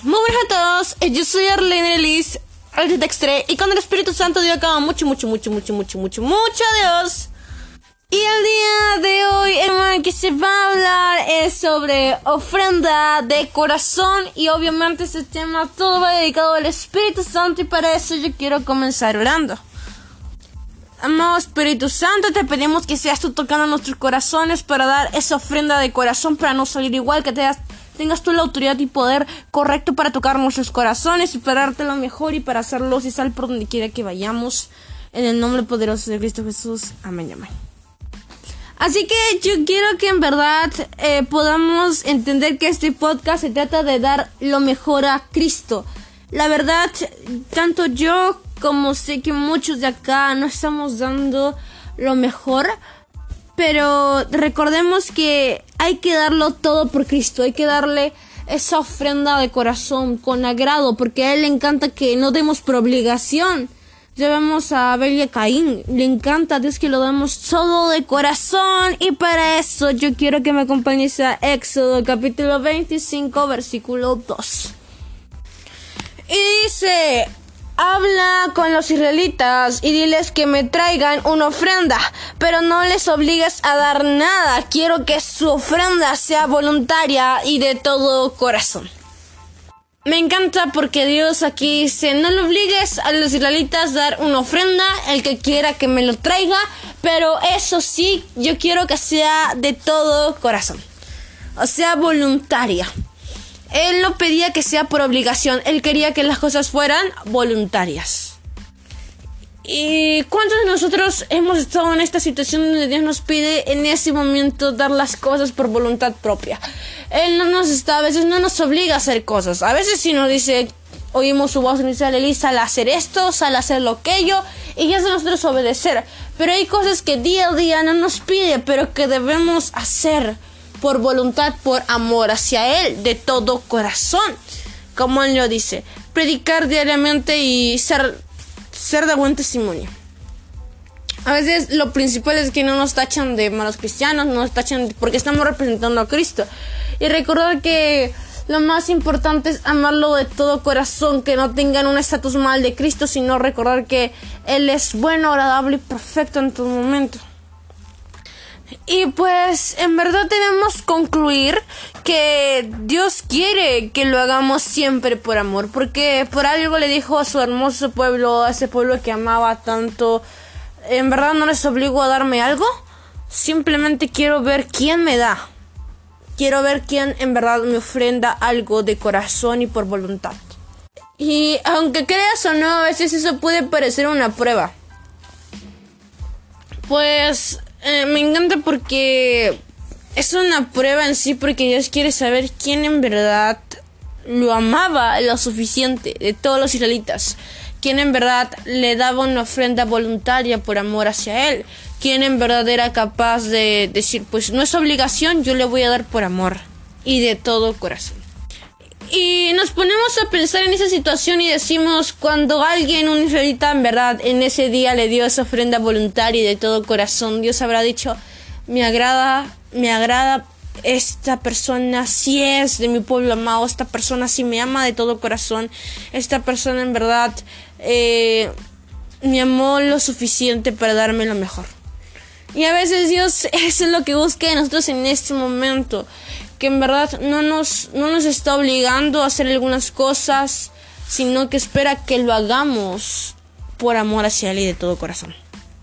Muy buenas a todos, yo soy Arlene Elise, Arquitectre, y con el Espíritu Santo Dios acaba mucho Dios. Y el día de hoy, hermano, que se va a hablar es sobre ofrenda de corazón. Y obviamente ese tema todo va dedicado al Espíritu Santo, y para eso yo quiero comenzar orando. Amado Espíritu Santo, te pedimos que seas tú tocando nuestros corazones para dar esa ofrenda de corazón, para no salir igual, que tengas tú la autoridad y poder correcto para tocar nuestros corazones y para darte lo mejor y para hacerlo y sal por donde quiera que vayamos. En el nombre poderoso de Cristo Jesús. Amén y amén. Así que yo quiero que en verdad podamos entender que este podcast se trata de dar lo mejor a Cristo. La verdad, tanto yo como sé que muchos de acá no estamos dando lo mejor, pero recordemos que hay que darlo todo por Cristo, hay que darle esa ofrenda de corazón con agrado, porque a Él le encanta que no demos por obligación. Ya vemos a Abel y a Caín, le encanta a Dios que lo damos todo de corazón, y para eso yo quiero que me acompañes a Éxodo capítulo 25 versículo 2. Y dice: habla con los israelitas y diles que me traigan una ofrenda, pero no les obligues a dar nada. Quiero que su ofrenda sea voluntaria y de todo corazón. Me encanta porque Dios aquí dice: no le obligues a los israelitas a dar una ofrenda, el que quiera que me lo traiga, pero eso sí, yo quiero que sea de todo corazón, o sea, voluntaria. Él no pedía que sea por obligación, Él quería que las cosas fueran voluntarias. ¿Y cuántos de nosotros hemos estado en esta situación donde Dios nos pide en ese momento dar las cosas por voluntad propia? Él a veces no nos obliga a hacer cosas. A veces sí nos dice, oímos su voz y nos dice: Elisa, sal a hacer esto, sal a hacer lo aquello, y ya es de nosotros obedecer. Pero hay cosas que día a día no nos pide, pero que debemos hacer por voluntad, por amor hacia Él, de todo corazón. Como Él lo dice, predicar diariamente y ser de buen testimonio. A veces lo principal es que no nos tachan de malos cristianos, no nos tachan porque estamos representando a Cristo. Y recordar que lo más importante es amarlo de todo corazón, que no tengan un estatus mal de Cristo, sino recordar que Él es bueno, agradable y perfecto en todo momento. Y pues en verdad debemos concluir que Dios quiere que lo hagamos siempre por amor, porque por algo le dijo a su hermoso pueblo, a ese pueblo que amaba tanto: en verdad no les obligo a darme algo, simplemente quiero ver quién me da, quiero ver quién en verdad me ofrenda algo de corazón y por voluntad. Y aunque creas o no, a veces eso puede parecer una prueba. Pues me encanta porque es una prueba en sí, porque Dios quiere saber quién en verdad lo amaba lo suficiente de todos los israelitas, quién en verdad le daba una ofrenda voluntaria por amor hacia Él, quién en verdad era capaz de decir: pues no es obligación, yo le voy a dar por amor y de todo corazón. Y nos ponemos a pensar en esa situación y decimos: cuando alguien, un israelita, en verdad en ese día le dio esa ofrenda voluntaria y de todo corazón, Dios habrá dicho: me agrada esta persona, sí es de mi pueblo amado, esta persona sí me ama de todo corazón, esta persona en verdad me amó lo suficiente para darme lo mejor. Y a veces Dios eso es lo que busca de nosotros en este momento, que en verdad no nos está obligando a hacer algunas cosas, sino que espera que lo hagamos por amor hacia Él y de todo corazón.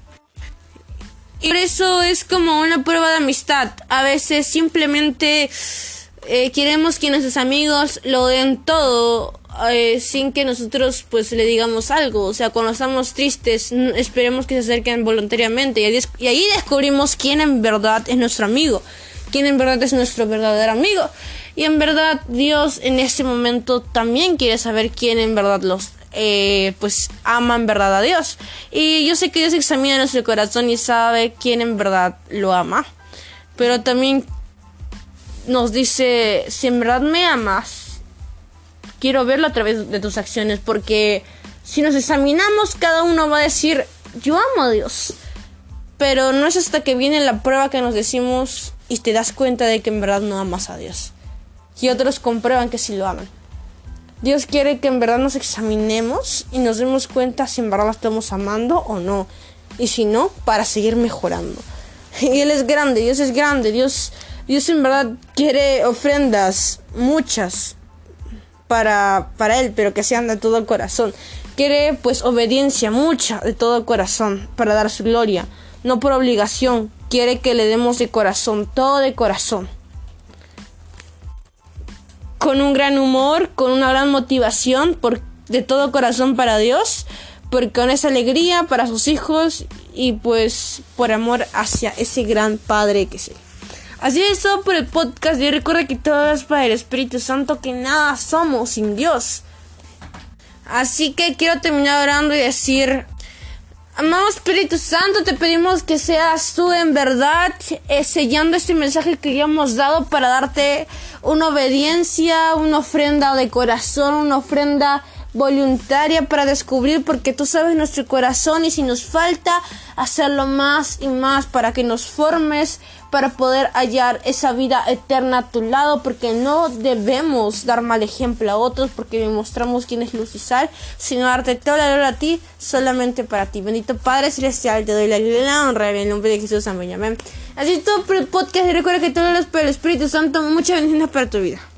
Y por eso es como una prueba de amistad. A veces simplemente queremos que nuestros amigos lo den todo, sin que nosotros pues le digamos algo. O sea, cuando estamos tristes, esperemos que se acerquen voluntariamente, y ahí descubrimos quién en verdad es nuestro amigo, quién en verdad es nuestro verdadero amigo. Y en verdad Dios en este momento también quiere saber quién en verdad pues ama en verdad a Dios. Y yo sé que Dios examina nuestro corazón y sabe quién en verdad lo ama, pero también nos dice: si en verdad me amas, quiero verlo a través de tus acciones, porque si nos examinamos, cada uno va a decir: yo amo a Dios. Pero no es hasta que viene la prueba que nos decimos y te das cuenta de que en verdad no amas a Dios, y otros comprueban que sí lo aman. Dios quiere que en verdad nos examinemos y nos demos cuenta si en verdad la estamos amando o no. Y si no, para seguir mejorando. Y Él es grande, Dios es grande. Dios en verdad quiere ofrendas, muchas, para Él, pero que sean de todo corazón. Quiere pues obediencia, mucha, de todo corazón, para dar su gloria. No por obligación, quiere que le demos de corazón, todo de corazón. Con un gran humor, con una gran motivación, de todo corazón para Dios, con esa alegría para sus hijos y pues por amor hacia ese gran Padre que es Él. Así es todo por el podcast. Y recuerda que todo es para el Espíritu Santo, que nada somos sin Dios. Así que quiero terminar orando y decir: amado Espíritu Santo, te pedimos que seas tú en verdad sellando este mensaje que ya hemos dado para darte una obediencia, una ofrenda de corazón, una ofrenda voluntaria para descubrir, porque tú sabes nuestro corazón y si nos falta hacerlo más y más para que nos formes, para poder hallar esa vida eterna a tu lado, porque no debemos dar mal ejemplo a otros, porque demostramos quién es luz y sal, sino darte toda la gloria a ti, solamente para ti. Bendito Padre Celestial, te doy la gloria y la honra en el nombre de Jesús, amén, amén. Así es todo por el podcast y recuerda que todo es por el Espíritu Santo. Muchas bendiciones para tu vida.